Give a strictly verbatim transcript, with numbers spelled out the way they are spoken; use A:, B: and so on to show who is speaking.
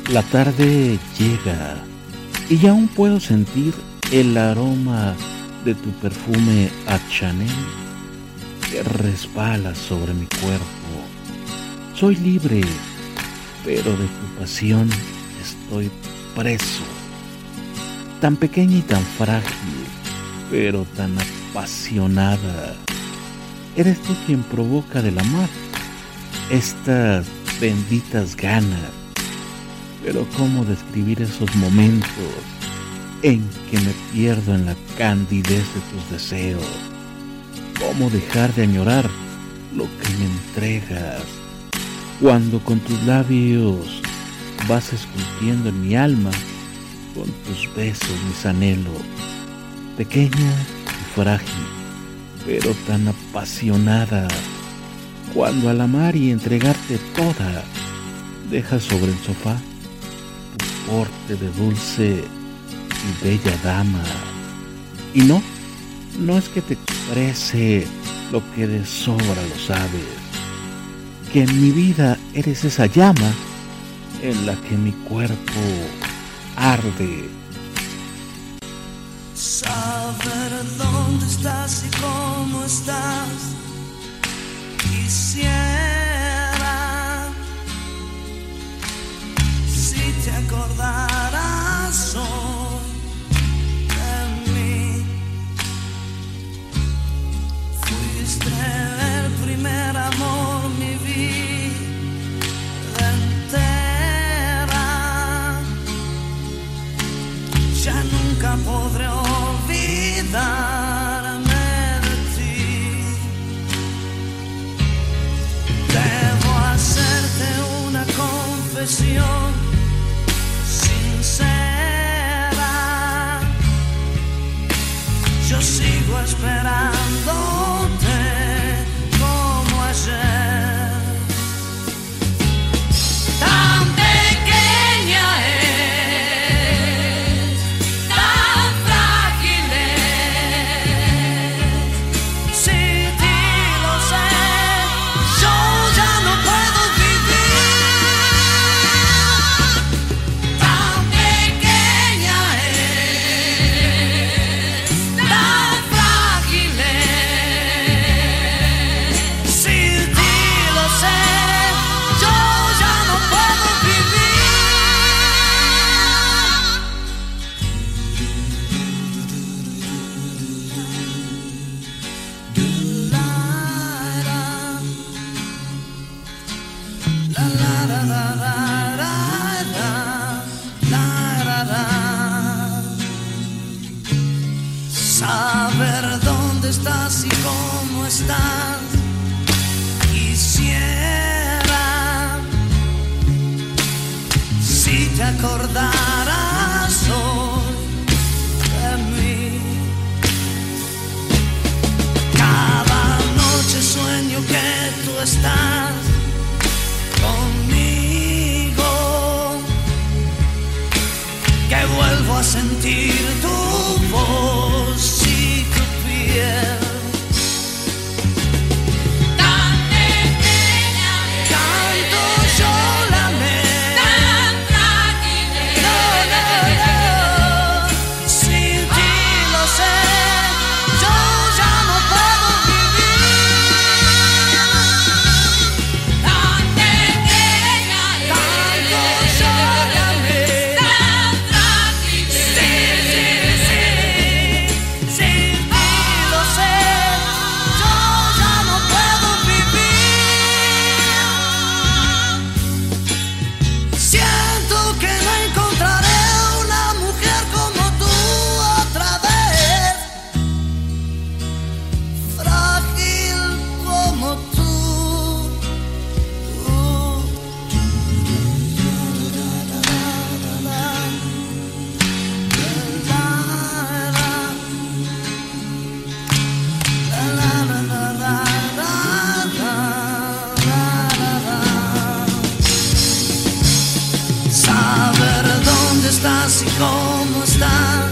A: La tarde llega y ya aún puedo sentir el aroma de tu perfume a Chanel que resbala sobre mi cuerpo. Soy libre, pero de tu pasión estoy preso. Tan pequeña y tan frágil, pero tan apasionada. Eres tú quien provoca del amar estas benditas ganas. Pero ¿cómo describir esos momentos en que me pierdo en la candidez de tus deseos? ¿Cómo dejar de añorar lo que me entregas? Cuando con tus labios vas esculpiendo en mi alma, con tus besos mis anhelos, pequeña y frágil, pero tan apasionada. Cuando al amar y entregarte toda, dejas sobre el sofá tu porte de dulce y bella dama. Y no, no es que te exprese lo que de sobra lo sabes, que en mi vida eres esa llama en la que mi cuerpo arde.
B: Saber dónde estás y cómo estás, quisiera, si te acordaras hoy de mí. Fuiste el primer amor, mi vida entera. Ya nunca podré olvidarme de ti. Debo hacerte una confesión sincera. Yo sigo esperándote como ayer. Tan pequeña es, tan frágil es. Sin ti lo sé, yo ya no puedo vivir. Tan pequeña es, tan frágil es. Sin ti lo sé, yo ya no puedo vivir. La, la, la, la, la, la, la, la, la, la. Saber dónde estás y cómo estás, quisiera, si te acordaras hoy de mí. Cada noche sueño que tú estás conmigo, que vuelvo a sentir tu voz y tu piel. Tan pequeña es, canto yo la lamento. Tan frágil es, no, no, no. Sin ti lo sé, yo ya no puedo vivir. Tan pequeña es, canto yo la lamento. Tan frágil es, sí, sí, sí. Sin ti lo sé, yo ya no puedo vivir. Siento que no encontraré una mujer como tú otra vez, frágil como tú. Saber dónde estás y cómo estás,